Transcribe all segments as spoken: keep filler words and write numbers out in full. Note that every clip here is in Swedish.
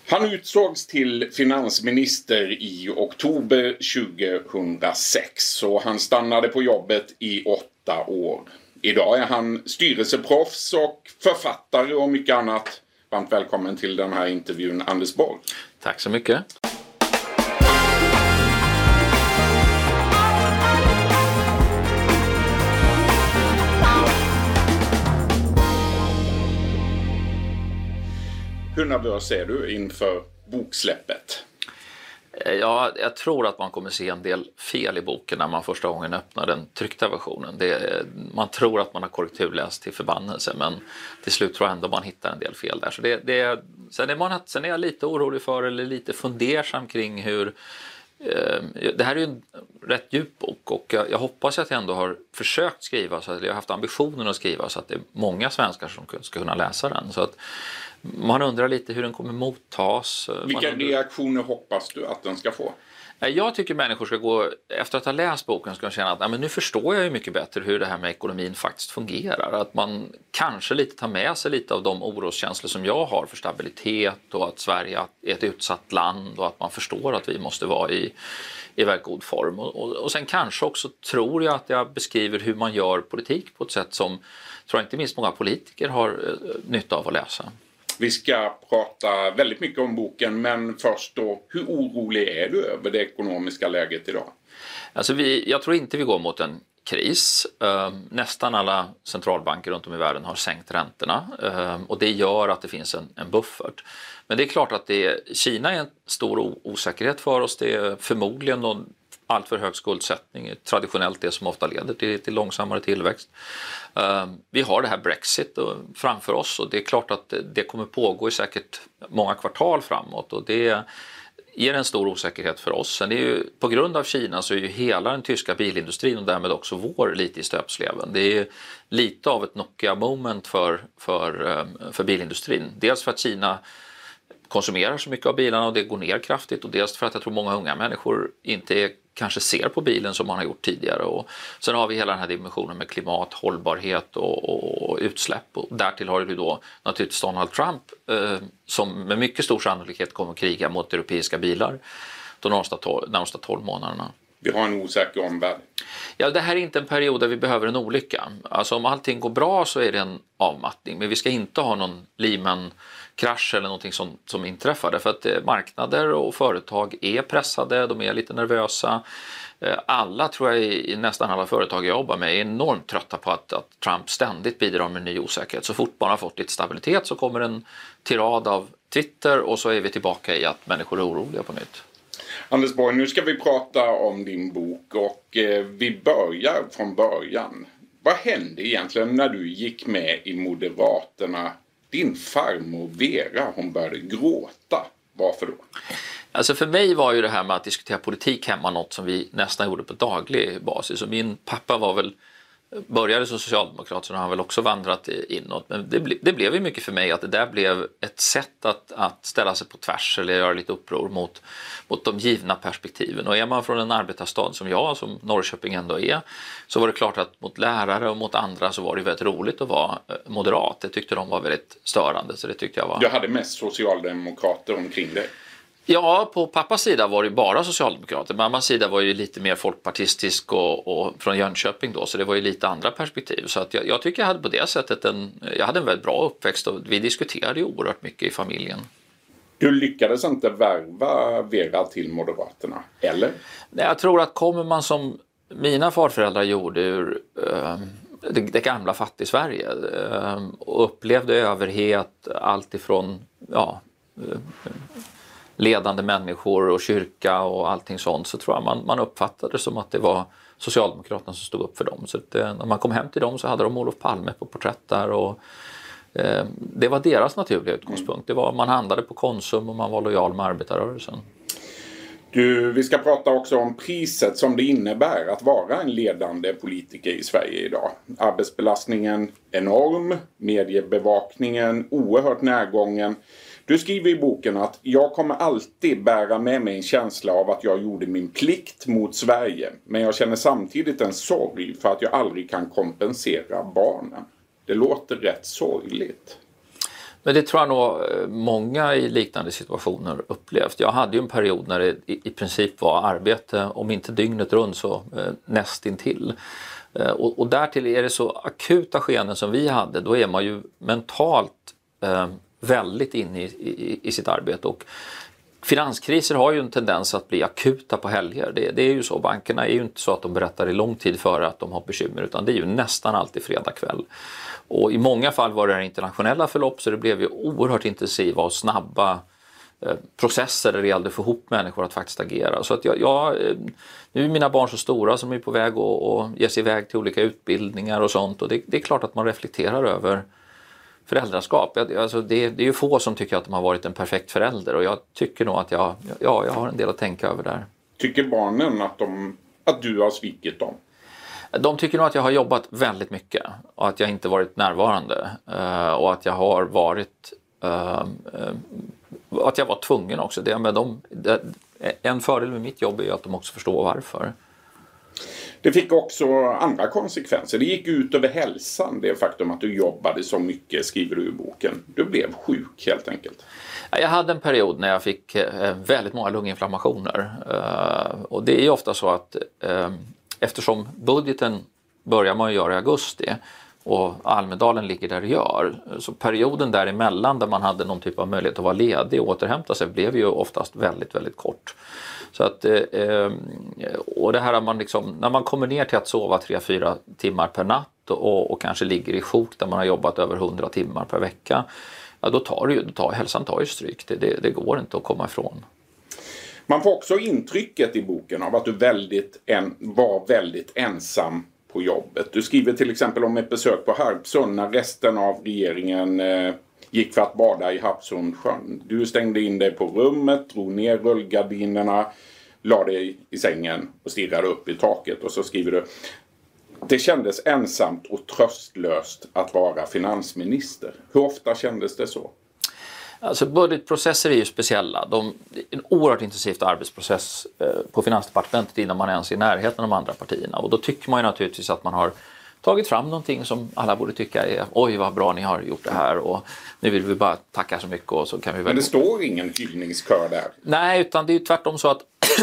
Han utsågs till finansminister i oktober tjugohundrasex och han stannade på jobbet i åtta år. Idag är han styrelseproffs och författare och mycket annat. Varmt välkommen till den här intervjun, Anders Borg. Tack så mycket. Hur nervös är du inför boksläppet? Ja, jag tror att man kommer se en del fel i boken när man första gången öppnar den tryckta versionen. Det, man tror att man har korrekturläst till förbannelse, men till slut tror jag ändå man hittar en del fel där. Så det, det, sen, är man, sen är jag lite orolig för, eller lite fundersam kring hur... Eh, det här är ju en rätt djup bok och jag, jag hoppas att jag ändå har försökt skriva, så att jag har haft ambitionen att skriva så att det är många svenskar som ska kunna läsa den. Så att man undrar lite hur den kommer mottas. Vilka undrar... reaktioner hoppas du att den ska få? Jag tycker människor ska gå, efter att ha läst boken, ska känna att nej, men nu förstår jag ju mycket bättre hur det här med ekonomin faktiskt fungerar. Att man kanske lite tar med sig lite av de oroskänslor som jag har för stabilitet och att Sverige är ett utsatt land och att man förstår att vi måste vara i, i väldigt god form. Och, och, och sen kanske också tror jag att jag beskriver hur man gör politik på ett sätt som tror jag inte minst många politiker har eh, nytta av att läsa. Vi ska prata väldigt mycket om boken, men först då, hur orolig är du över det ekonomiska läget idag? Alltså vi, jag tror inte vi går mot en kris. Uh, nästan alla centralbanker runt om i världen har sänkt räntorna uh, och det gör att det finns en, en buffert. Men det är klart att det, Kina är en stor osäkerhet för oss. Det är förmodligen någon allt för hög skuldsättning, traditionellt det som ofta leder till, till långsammare tillväxt. Uh, vi har det här Brexit och, framför oss och det är klart att det, det kommer pågå i säkert många kvartal framåt och det ger en stor osäkerhet för oss. Sen är ju, på grund av Kina så är ju hela den tyska bilindustrin och därmed också vår lite i stöpsleven. Det är lite av ett Nokia-moment för, för, för bilindustrin. Dels för att Kina konsumerar så mycket av bilarna och det går ner kraftigt och dels för att jag tror många unga människor inte kanske ser på bilen som man har gjort tidigare. Och sen har vi hela den här dimensionen med klimat, hållbarhet och, och utsläpp. Och därtill har du då naturligtvis Donald Trump eh, som med mycket stor sannolikhet kommer att kriga mot europeiska bilar de närmsta tolv månaderna. Vi har en osäker omvärld. Ja, det här är inte en period där vi behöver en olycka. Alltså om allting går bra så är det en avmattning. Men vi ska inte ha någon Lehman-krasch eller någonting som, som inträffar. Därför att eh, marknader och företag är pressade, de är lite nervösa. Eh, alla tror jag, i, i nästan alla företag jag jobbar med, är enormt trötta på att, att Trump ständigt bidrar med ny osäkerhet. Så fort man har fått lite stabilitet så kommer en tirad av Twitter och så är vi tillbaka i att människor är oroliga på nytt. Anders Borg, nu ska vi prata om din bok och eh, vi börjar från början. Vad hände egentligen när du gick med i Moderaterna? Din farmor Vera, hon började gråta. Varför då? Alltså för mig var ju det här med att diskutera politik hemma något som vi nästan gjorde på daglig basis. Och min pappa var väl, började som socialdemokrat så har han väl också vandrat inåt. Men det, ble, det blev ju mycket för mig att det där blev ett sätt att, att ställa sig på tvärs eller göra lite uppror mot, mot de givna perspektiven. Och är man från en arbetarstad som jag, som Norrköping ändå är, så var det klart att mot lärare och mot andra så var det väldigt roligt att vara moderat. Det tyckte de var väldigt störande, så det tyckte jag var... Du hade mest socialdemokrater omkring dig. Ja, på pappas sida var det bara socialdemokrater. Mammas sida var ju lite mer folkpartistisk och, och från Jönköping då, så det var ju lite andra perspektiv. Så att jag, jag tycker jag hade på det sättet en, jag hade en väldigt bra uppväxt och vi diskuterade ju oerhört mycket i familjen. Du lyckades inte värva Vera till Moderaterna, eller? Nej, jag tror att kommer man som mina farföräldrar gjorde ur eh, det, det gamla fattig-Sverige eh, och upplevde överhet, allt ifrån ja, eh, ledande människor och kyrka och allting sånt, så tror jag man, man uppfattade det som att det var Socialdemokraterna som stod upp för dem. Så att, eh, när man kom hem till dem så hade de Olof Palme på porträtt där och eh, det var deras naturliga utgångspunkt. Det var, man handlade på Konsum och man var lojal med arbetarrörelsen. Du, vi ska prata också om priset som det innebär att vara en ledande politiker i Sverige idag. Arbetsbelastningen enorm, mediebevakningen oerhört närgången. Du skriver i boken att jag kommer alltid bära med mig en känsla av att jag gjorde min plikt mot Sverige. Men jag känner samtidigt en sorg för att jag aldrig kan kompensera barnen. Det låter rätt sorgligt. Men det tror jag nog många i liknande situationer upplevt. Jag hade ju en period när det i princip var arbete, om inte dygnet runt så nästintill. Och, och därtill är det så akuta skeenden som vi hade, då är man ju mentalt eh, väldigt inne i, i, i sitt arbete. Och finanskriser har ju en tendens att bli akuta på helger. Det, det är ju så, bankerna är ju inte så att de berättar i lång tid före att de har bekymmer, utan det är ju nästan alltid fredag kväll. Och i många fall var det här internationella förlopp, så det blev ju oerhört intensiva och snabba eh, processer där det gällde att få ihop människor att faktiskt agera. Så att jag, jag, nu är mina barn så stora som är på väg att och ge sig iväg till olika utbildningar och sånt. Och det, det är klart att man reflekterar över föräldraskap. Alltså det, det är ju få som tycker att de har varit en perfekt förälder, och jag tycker nog att jag, ja, jag har en del att tänka över där. Tycker barnen att, de, att du har svikit dem? De tycker nog att jag har jobbat väldigt mycket och att jag inte varit närvarande uh, och att jag har varit uh, uh, att jag var tvungen också. Det, men de, det, en fördel med mitt jobb är att de också förstår varför. Det fick också andra konsekvenser. Det gick ut över hälsan, det faktum att du jobbade så mycket, skriver du i boken. Du blev sjuk helt enkelt. Jag hade en period när jag fick väldigt många lunginflammationer. Och det är ju ofta så att eftersom budgeten börjar man göra i augusti och Almedalen ligger där det gör, så perioden däremellan där man hade någon typ av möjlighet att vara ledig och återhämta sig blev ju oftast väldigt, väldigt kort. Så att, eh, och det här att man liksom, när man kommer ner till att sova tre fyra timmar per natt och, och kanske ligger i sjok där man har jobbat över hundra timmar per vecka, ja, då tar det ju, då tar, hälsan tar ju stryk. Det, det, det går inte att komma ifrån. Man får också intrycket i boken av att du väldigt en, var väldigt ensam på jobbet. Du skriver till exempel om ett besök på Harpsund när resten av regeringen eh, gick för att bada i Harpsundsjön. Du stängde in dig på rummet, drog ner rullgardinerna, la dig i sängen och stirrade upp i taket. Och så skriver du: det kändes ensamt och tröstlöst att vara finansminister. Hur ofta kändes det så? Alltså budgetprocesser är ju speciella. De, det är en oerhört intensivt arbetsprocess eh, på Finansdepartementet innan man ens är i närheten av de andra partierna. Och då tycker man ju naturligtvis att man har tagit fram någonting som alla borde tycka är: oj vad bra ni har gjort det här, och nu vill vi bara tacka så mycket och så kan vi väl... Men det står ingen hyllningskör där. Nej, utan det är ju tvärtom så att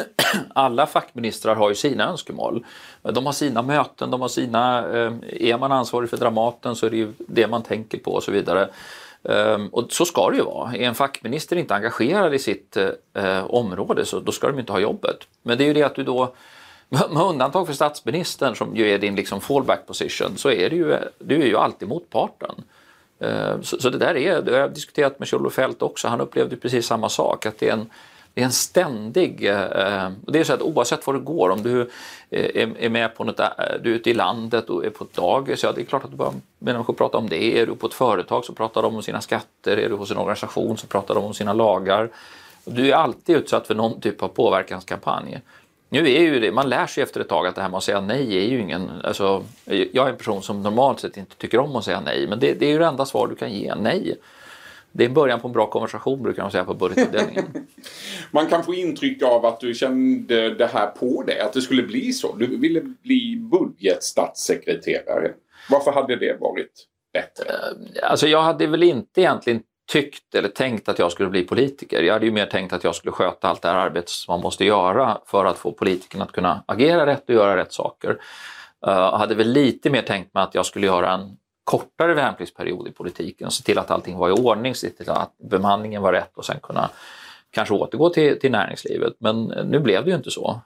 alla fackministrar har ju sina önskemål. De har sina möten, de har sina... Eh, är man ansvarig för Dramaten så är det ju det man tänker på och så vidare. Um, och så ska det ju vara. Är en fackminister inte engagerad i sitt uh, område, så då ska de inte ha jobbet. Men det är ju det att du då, med undantag för statsministern som ju är din liksom fallback position, så är det ju, du är ju alltid motparten. Uh, så, så det där är, det har jag diskuterat med Kjell-Olof Feldt också, han upplevde precis samma sak, att det är en Det är en ständig, eh, det är så att oavsett vad det går, om du är, är med på något, du är ute i landet och är på ett dagis, ja det är klart att du bara, människor pratar om det. Är du på ett företag så pratar de om sina skatter, är du hos en organisation så pratar de om sina lagar. Du är alltid utsatt för någon typ av påverkanskampanj. Nu är ju det, man lär sig efter ett tag att det här med att säga nej är ju ingen, alltså jag är en person som normalt sett inte tycker om att säga nej, men det, det är ju det enda svar du kan ge, nej. Det är början på en bra konversation, brukar de säga på budgetavdelningen. Man kan få intryck av att du kände det här på dig, att det skulle bli så. Du ville bli budgetstatssekreterare. Varför hade det varit bättre? Alltså jag hade väl inte egentligen tyckt eller tänkt att jag skulle bli politiker. Jag hade ju mer tänkt att jag skulle sköta allt det här arbetet som man måste göra för att få politikerna att kunna agera rätt och göra rätt saker. Jag hade väl lite mer tänkt mig att jag skulle göra en kortare värnpliktsperiod i politiken, se till att allting var i ordning, se till att bemanningen var rätt och sen kunna kanske återgå till, till näringslivet. Men nu blev det ju inte så.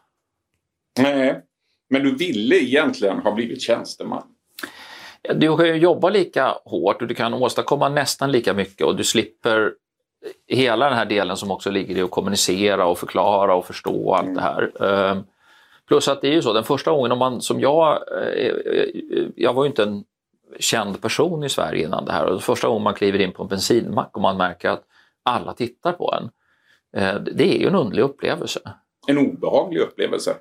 Nej, men du ville egentligen ha blivit tjänsteman. Du kan ju jobba lika hårt och du kan åstadkomma nästan lika mycket, och du slipper hela den här delen som också ligger i att kommunicera och förklara och förstå allt mm. det här. Plus att det är ju så, den första gången om man, som jag, jag var ju inte en känd person i Sverige innan det här, och första gången man kliver in på en bensinmack och man märker att alla tittar på en, det är ju en underlig upplevelse. En obehaglig upplevelse.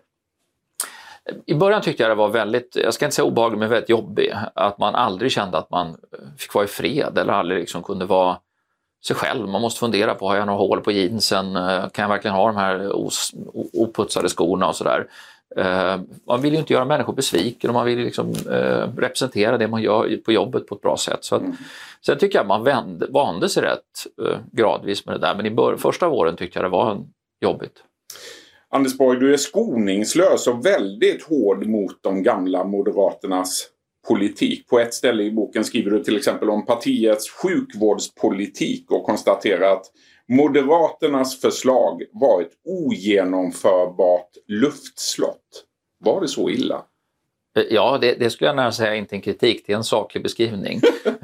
I början tyckte jag det var väldigt, jag ska inte säga obehaglig, men väldigt jobbig, att man aldrig kände att man fick vara i fred eller aldrig liksom kunde vara sig själv. Man måste fundera på, har jag några hål på jeansen, kan jag verkligen ha de här os, oputsade skorna och sådär. Eh, man vill ju inte göra människor besviken och man vill liksom, eh, representera det man gör på jobbet på ett bra sätt. Så att, Mm. sen tycker jag man vände, vande sig rätt eh, gradvis med det där. Men i bör- första våren tyckte jag det var jobbigt. Anders Borg, du är skoningslös och väldigt hård mot de gamla Moderaternas politik. På ett ställe i boken skriver du till exempel om partiets sjukvårdspolitik och konstaterar att Moderaternas förslag var ett ogenomförbart luftslott. Var det så illa? Ja, det, det skulle jag nära säga inte en kritik, det är en saklig beskrivning.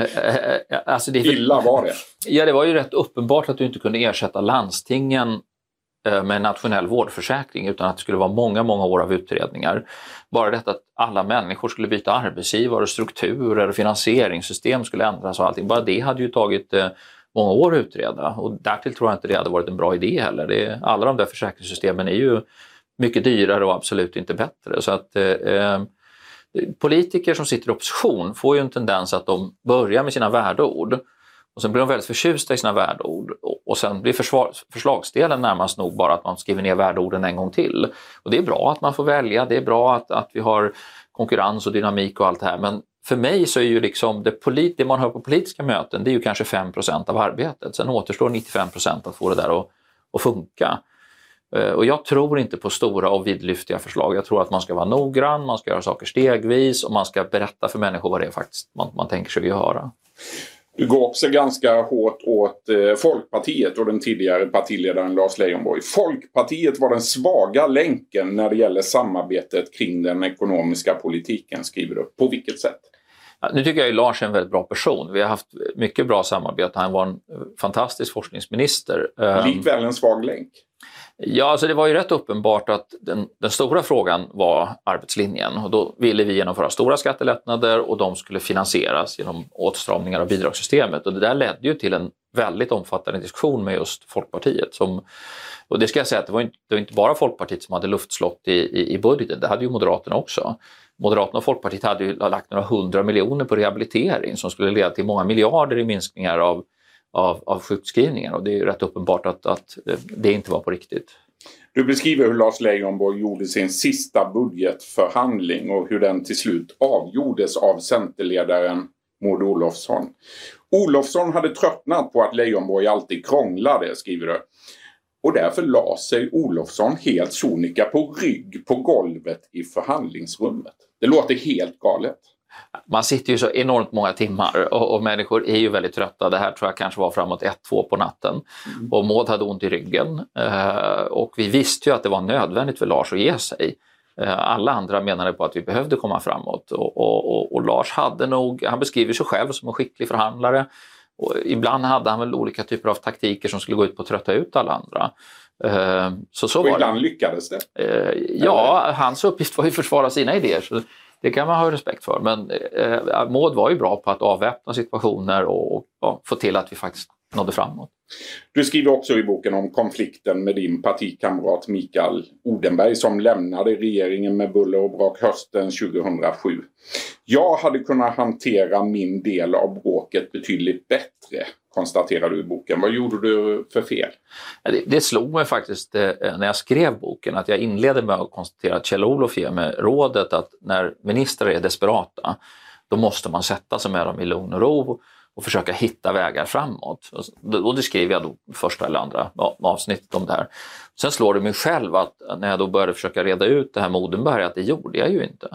alltså det, Illa var det. Ja, det var ju rätt uppenbart att du inte kunde ersätta landstingen med en nationell vårdförsäkring utan att det skulle vara många, många år av utredningar. Bara detta att alla människor skulle byta arbetsgivare, strukturer, finansieringssystem skulle ändras och allting. Bara det hade ju tagit eh, många år att utreda och därtill tror jag inte det hade varit en bra idé heller. Det, alla de där försäkringssystemen är ju mycket dyrare och absolut inte bättre. Så att eh, politiker som sitter i opposition får ju en tendens att de börjar med sina värdeord och sen blir de väldigt förtjusta i sina värdeord och sen blir försvar, förslagsdelen närmast nog bara att man skriver ner värdeorden en gång till. Och det är bra att man får välja, det är bra att, att vi har konkurrens och dynamik och allt det här, men för mig så är ju liksom det, polit, det man hör på politiska möten det är ju kanske fem procent av arbetet. Sen återstår nittiofem procent att få det där att, att funka. Och jag tror inte på stora och vidlyftiga förslag. Jag tror att man ska vara noggrann, man ska göra saker stegvis och man ska berätta för människor vad det är faktiskt man, man tänker sig göra. Du går också ganska hårt åt eh, Folkpartiet och den tidigare partiledaren Lars Leijonborg. Folkpartiet var den svaga länken när det gäller samarbetet kring den ekonomiska politiken, skriver du. På vilket sätt? Ja, nu tycker jag att Lars är en väldigt bra person. Vi har haft mycket bra samarbete. Han var en fantastisk forskningsminister. Likväl en svag länk. Ja, alltså det var ju rätt uppenbart att den, den stora frågan var arbetslinjen och då ville vi genomföra stora skattelättnader och de skulle finansieras genom åtstramningar av bidragssystemet och det där ledde ju till en väldigt omfattande diskussion med just Folkpartiet som, och det ska jag säga att det var inte, det var inte bara Folkpartiet som hade luftslott i, i, i budgeten, det hade ju Moderaterna också. Moderaterna och Folkpartiet hade ju lagt några hundra miljoner på rehabilitering som skulle leda till många miljarder i minskningar av Av, av sjukskrivningar och det är ju rätt uppenbart att, att det inte var på riktigt. Du beskriver hur Lars Leijonborg gjorde sin sista budgetförhandling och hur den till slut avgjordes av centerledaren Maud Olofsson. Olofsson hade tröttnat på att Leijonborg alltid krånglade, skriver du. Och därför la sig Olofsson helt sonika på rygg på golvet i förhandlingsrummet. Det låter helt galet. Man sitter ju så enormt många timmar och, och människor är ju väldigt trötta. Det här tror jag kanske var framåt ett, två på natten. Mm. Och Maud hade ont i ryggen. Eh, och vi visste ju att det var nödvändigt för Lars att ge sig. Eh, alla andra menade på att vi behövde komma framåt. Och, och, och, och Lars hade nog, han beskriver sig själv som en skicklig förhandlare. Och ibland hade han väl olika typer av taktiker som skulle gå ut på att trötta ut alla andra. Eh, så så och var ibland det. lyckades det. Eh, ja, hans uppgift var ju att försvara sina idéer. Så det kan man ha respekt för, men eh, Maud var ju bra på att avväpna situationer och, och ja, få till att vi faktiskt nådde framåt. Du skriver också i boken om konflikten med din partikamrat Mikael Odenberg som lämnade regeringen med buller och brak hösten tjugohundrasju. Jag hade kunnat hantera min del av bråket betydligt bättre, konstaterar du i boken. Vad gjorde du för fel? Det, det slog mig faktiskt eh, när jag skrev boken att jag inledde med att konstatera att Kjell-Olof ger mig rådet att när ministrar är desperata då måste man sätta sig med dem i lugn och ro och försöka hitta vägar framåt. Och det skrev jag då första eller andra avsnittet om det här. Sen slår det mig själv att när jag då började försöka reda ut det här med Odenberg att det gjorde jag ju inte.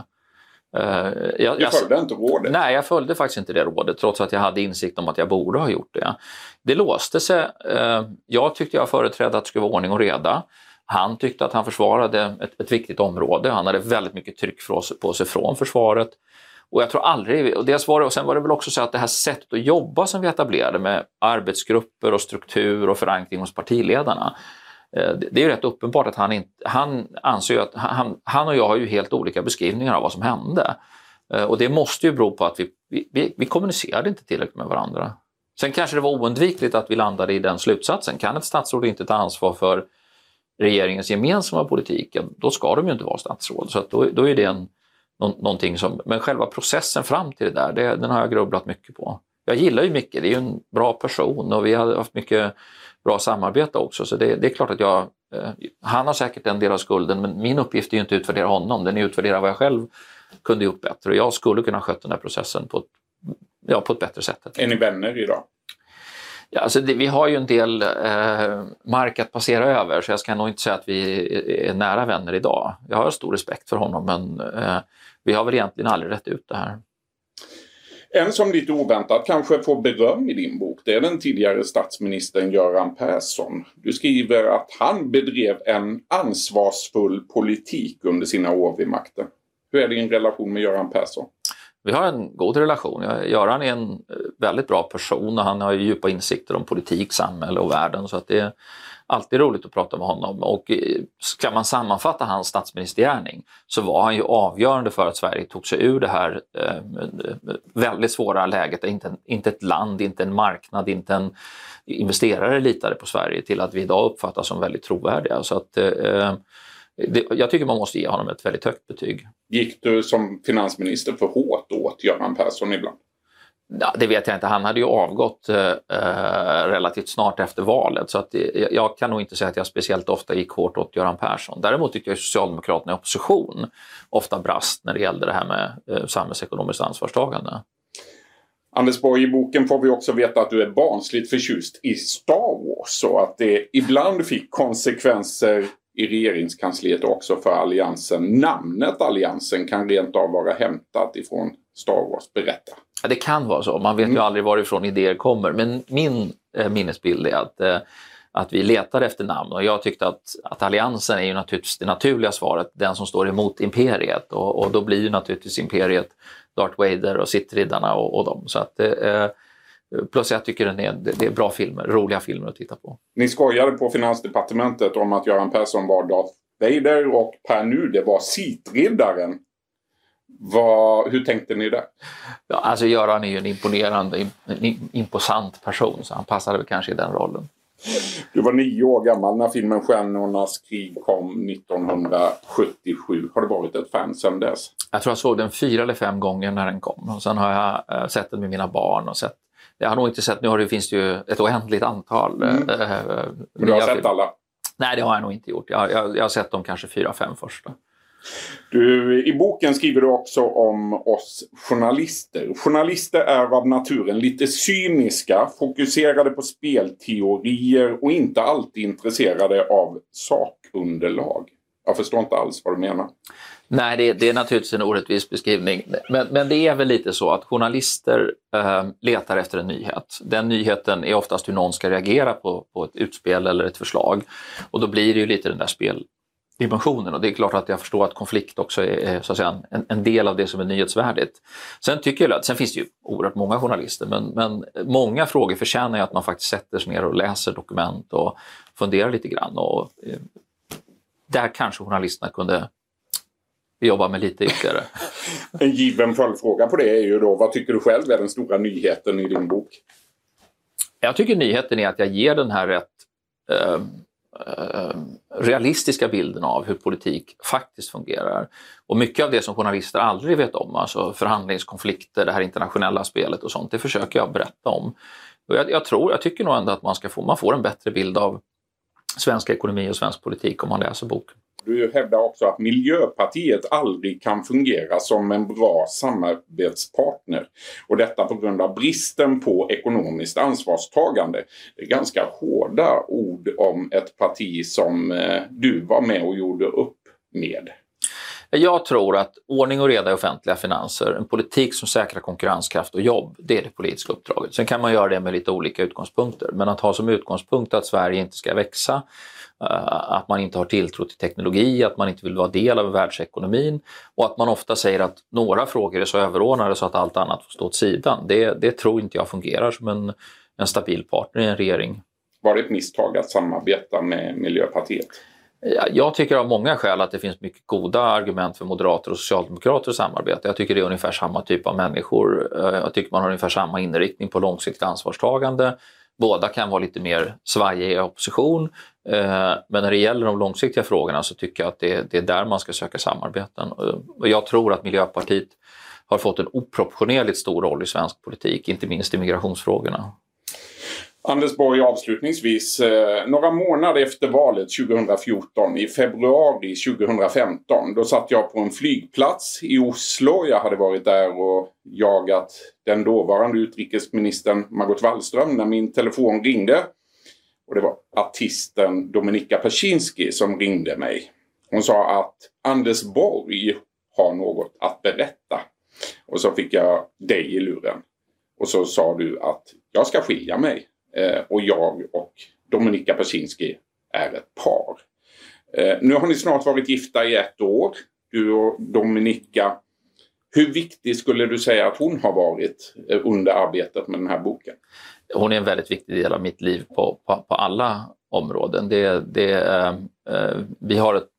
Jag, jag följde inte rådet. Nej, jag följde faktiskt inte det rådet trots att jag hade insikt om att jag borde ha gjort det. Det låste sig. Jag tyckte jag företrädde att det skulle vara ordning och reda. Han tyckte att han försvarade ett, ett viktigt område. Han hade väldigt mycket tryck på sig från försvaret. Och jag tror aldrig, och, dels var det, och sen var det väl också så att det här sättet att jobba som vi etablerade med arbetsgrupper och struktur och förankring hos partiledarna. Det är ju rätt uppenbart att han, inte, han anser ju att han, han och jag har ju helt olika beskrivningar av vad som hände. Och det måste ju bero på att vi, vi, vi kommunicerade inte tillräckligt med varandra. Sen kanske det var oundvikligt att vi landade i den slutsatsen. Kan ett statsråd inte ta ansvar för regeringens gemensamma politik, då ska de ju inte vara statsråd. Så att då, då är det en, nå, någonting som... Men själva processen fram till det där, det, den har jag grubblat mycket på. Jag gillar ju mycket, det är ju en bra person och vi har haft mycket bra samarbete också. Så det, det är klart att jag Han har säkert en del av skulden, men min uppgift är ju inte att utvärdera honom, den är att utvärdera vad jag själv kunde gjort bättre. Och jag skulle kunna sköta den här processen på ett, ja, på ett bättre sätt. Är ni vänner idag? Ja, alltså det, vi har ju en del eh, mark att passera över, så jag ska nog inte säga att vi är nära vänner idag. Jag har stor respekt för honom, men eh, vi har väl egentligen aldrig rätt ut det här. En som lite oväntat kanske får beröm i din bok, det är den tidigare statsministern Göran Persson. Du skriver att han bedrev en ansvarsfull politik under sina år vid makten. Hur är din relation med Göran Persson? Vi har en god relation. Göran är en väldigt bra person och han har djupa insikter om politik, samhälle och världen, så att det är alltid roligt att prata med honom. Och ska man sammanfatta hans statsministergärning så var han ju avgörande för att Sverige tog sig ur det här eh, väldigt svåra läget. Inte, inte ett land, inte en marknad, inte en investerare litade på Sverige till att vi idag uppfattas som väldigt trovärdiga. Så att eh, det, jag tycker man måste ge honom ett väldigt högt betyg. Gick du som finansminister för hårt åt Göran Persson ibland? Ja, det vet jag inte. Han hade ju avgått eh, relativt snart efter valet, så att det, jag kan nog inte säga att jag speciellt ofta gick hårt åt Göran Persson. Däremot tycker jag att Socialdemokraterna i opposition ofta brast när det gällde det här med eh, samhällsekonomiskt ansvarstagande. Anders Borg, i boken får vi också veta att du är barnsligt förtjust i Star Wars, så att det ibland fick konsekvenser i regeringskansliet också för alliansen. Namnet alliansen kan rent av vara hämtat ifrån Star Wars. Berätta. Ja, det kan vara så. Man vet mm. ju aldrig varifrån idéer kommer. Men min eh, minnesbild är att, eh, att vi letar efter namn. Och jag tyckte att, att alliansen är ju naturligtvis det naturliga svaret. Den som står emot imperiet. Och, och då blir ju naturligtvis imperiet Darth Vader och Sith-riddarna och, och dem. Så att... Eh, Plus jag tycker den är, det är bra filmer, roliga filmer att titta på. Ni skojade på Finansdepartementet om att Göran Persson var Darth Vader och Per Nuder var Sith-riddaren. Vad, hur tänkte ni där? Ja, alltså Göran är ju en imponerande, en imposant person, så han passade väl kanske i den rollen. Du var nio år gammal när filmen Stjärnornas krig kom nittonhundrasjuttiosju. Har det varit ett fan sedan dess? Jag tror jag såg den fyra eller fem gånger när den kom. Och sen har jag äh, sett den med mina barn och sett. Jag har nog inte sett, nu har det, finns det ju ett oändligt antal. Mm. Äh, Men du har sett filmer. alla? Nej, det har jag nog inte gjort. Jag, jag, jag har sett de kanske fyra, fem första. Du, i boken skriver du också om oss journalister. Journalister är av naturen lite cyniska, fokuserade på spelteorier och inte alltid intresserade av sakunderlag. Jag förstår inte alls vad du menar. Nej, det, det är naturligtvis en orättvis beskrivning. Men, men det är väl lite så att journalister äh, letar efter en nyhet. Den nyheten är oftast hur någon ska reagera på, på ett utspel eller ett förslag. Och då blir det ju lite den där speldimensionen. Och det är klart att jag förstår att konflikt också är så att säga, en, en del av det som är nyhetsvärdigt. Sen tycker jag att, sen finns det ju oerhört många journalister. Men, men många frågor förtjänar ju att man faktiskt sätter sig ner och läser dokument och funderar lite grann. Och eh, där kanske journalisterna kunde... Vi jobbar med lite ytterligare. En given följdfråga på det är ju då, vad tycker du själv är den stora nyheten i din bok? Jag tycker nyheten är att jag ger den här rätt eh, eh, realistiska bilden av hur politik faktiskt fungerar. Och mycket av det som journalister aldrig vet om, alltså förhandlingskonflikter, det här internationella spelet och sånt, det försöker jag berätta om. Och jag, jag tror, jag tycker nog ändå att man ska få, man får en bättre bild av svensk ekonomi och svensk politik om man läser boken. Du hävdar också att Miljöpartiet aldrig kan fungera som en bra samarbetspartner. Och detta på grund av bristen på ekonomiskt ansvarstagande. Det är ganska hårda ord om ett parti som eh, du var med och gjorde upp med. Jag tror att ordning och reda i offentliga finanser, en politik som säkrar konkurrenskraft och jobb, det är det politiska uppdraget. Sen kan man göra det med lite olika utgångspunkter. Men att ha som utgångspunkt att Sverige inte ska växa, att man inte har tilltro till teknologi, att man inte vill vara del av världsekonomin och att man ofta säger att några frågor är så överordnade så att allt annat får stå åt sidan. Det, det tror inte jag fungerar som en, en stabil partner i en regering. Var det ett misstag att samarbeta med Miljöpartiet? Jag tycker av många skäl att det finns mycket goda argument för moderater och socialdemokrater att samarbeta. Jag tycker det är ungefär samma typ av människor. Jag tycker man har ungefär samma inriktning på långsiktigt ansvarstagande. Båda kan vara lite mer svajiga i opposition. Men när det gäller de långsiktiga frågorna så tycker jag att det, det är där man ska söka samarbeten. Och jag tror att Miljöpartiet har fått en oproportionerligt stor roll i svensk politik, inte minst i migrationsfrågorna. Anders Borg, avslutningsvis, eh, några månader efter valet tjugohundrafjorton, i februari tjugohundrafemton, då satt jag på en flygplats i Oslo. Jag hade varit där och jagat den dåvarande utrikesministern Margot Wallström när min telefon ringde. Och det var artisten Dominika Persinski som ringde mig. Hon sa att Anders Borg har något att berätta. Och så fick jag dig i luren. Och så sa du att jag ska skilja mig. Eh, och jag och Dominika Persinski är ett par. Eh, nu har ni snart varit gifta i ett år. Du och Dominika. Hur viktig skulle du säga att hon har varit eh, under arbetet med den här boken? Hon är en väldigt viktig del av mitt liv på, på, på alla områden. Det, det, eh, vi har ett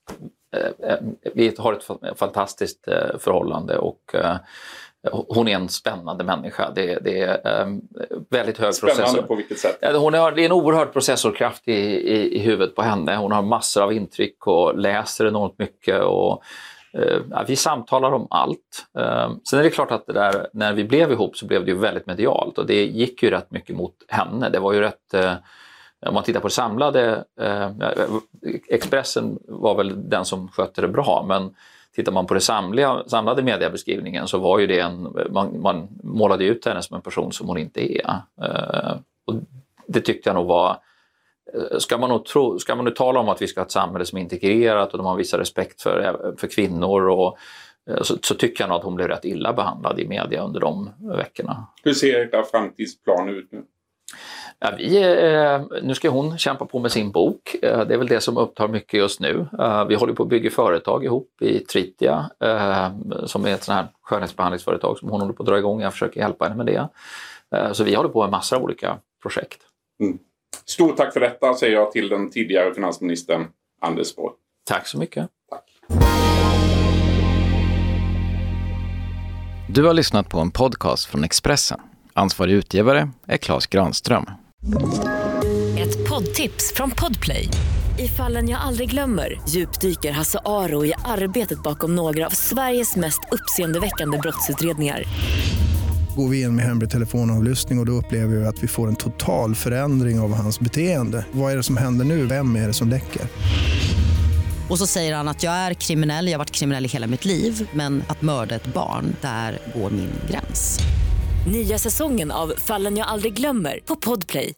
eh, vi har ett fantastiskt eh, förhållande och eh, hon är en spännande människa. Det, det är um, väldigt hög spännande processor. På vilket sätt? Hon har, det är en oerhörd processorkraft i, i, i huvudet på henne. Hon har massor av intryck och läser enormt mycket. Och, uh, ja, vi samtalar om allt. Uh, sen är det klart att det där, när vi blev ihop så blev det ju väldigt medialt. Och det gick ju rätt mycket mot henne. Det var ju rätt... Uh, om man tittar på det samlade... Uh, Expressen var väl den som skötte det bra, men... Tittar man på det samlade, samlade mediebeskrivningen så var ju det en, man, man målade ut henne som en person som hon inte är. Uh, och det tyckte jag nog var, ska man nog tro, ska man nu tala om att vi ska ha ett samhälle som är integrerat och de har vissa respekt för, för kvinnor och så, så tycker jag nog att hon blev rätt illa behandlad i media under de veckorna. Hur ser era framtidsplan ut nu? Ja, vi, eh, nu ska hon kämpa på med sin bok. Eh, det är väl det som upptar mycket just nu. Eh, vi håller på att bygga företag ihop i Tritia eh, som är ett sånt här skönhetsbehandlingsföretag som hon håller på att dra igång. Jag försöker hjälpa henne med det. Eh, så vi håller på med massor av olika projekt. Mm. Stort tack för detta säger jag till den tidigare finansministern Anders Borg. Tack så mycket. Tack. Du har lyssnat på en podcast från Expressen. Ansvarig utgivare är Claes Granström. Ett poddtips från Podplay. I Fallen jag aldrig glömmer djupdyker Hasse Aro i arbetet bakom några av Sveriges mest uppseendeväckande brottsutredningar. Går vi in med hemlig telefonavlyssning och, och då upplever vi att vi får en total förändring av hans beteende. Vad är det som händer nu? Vem är det som läcker? Och så säger han att jag är kriminell, jag har varit kriminell i hela mitt liv. Men att mörda ett barn, där går min gräns. Nya säsongen av Fallen jag aldrig glömmer på Podplay.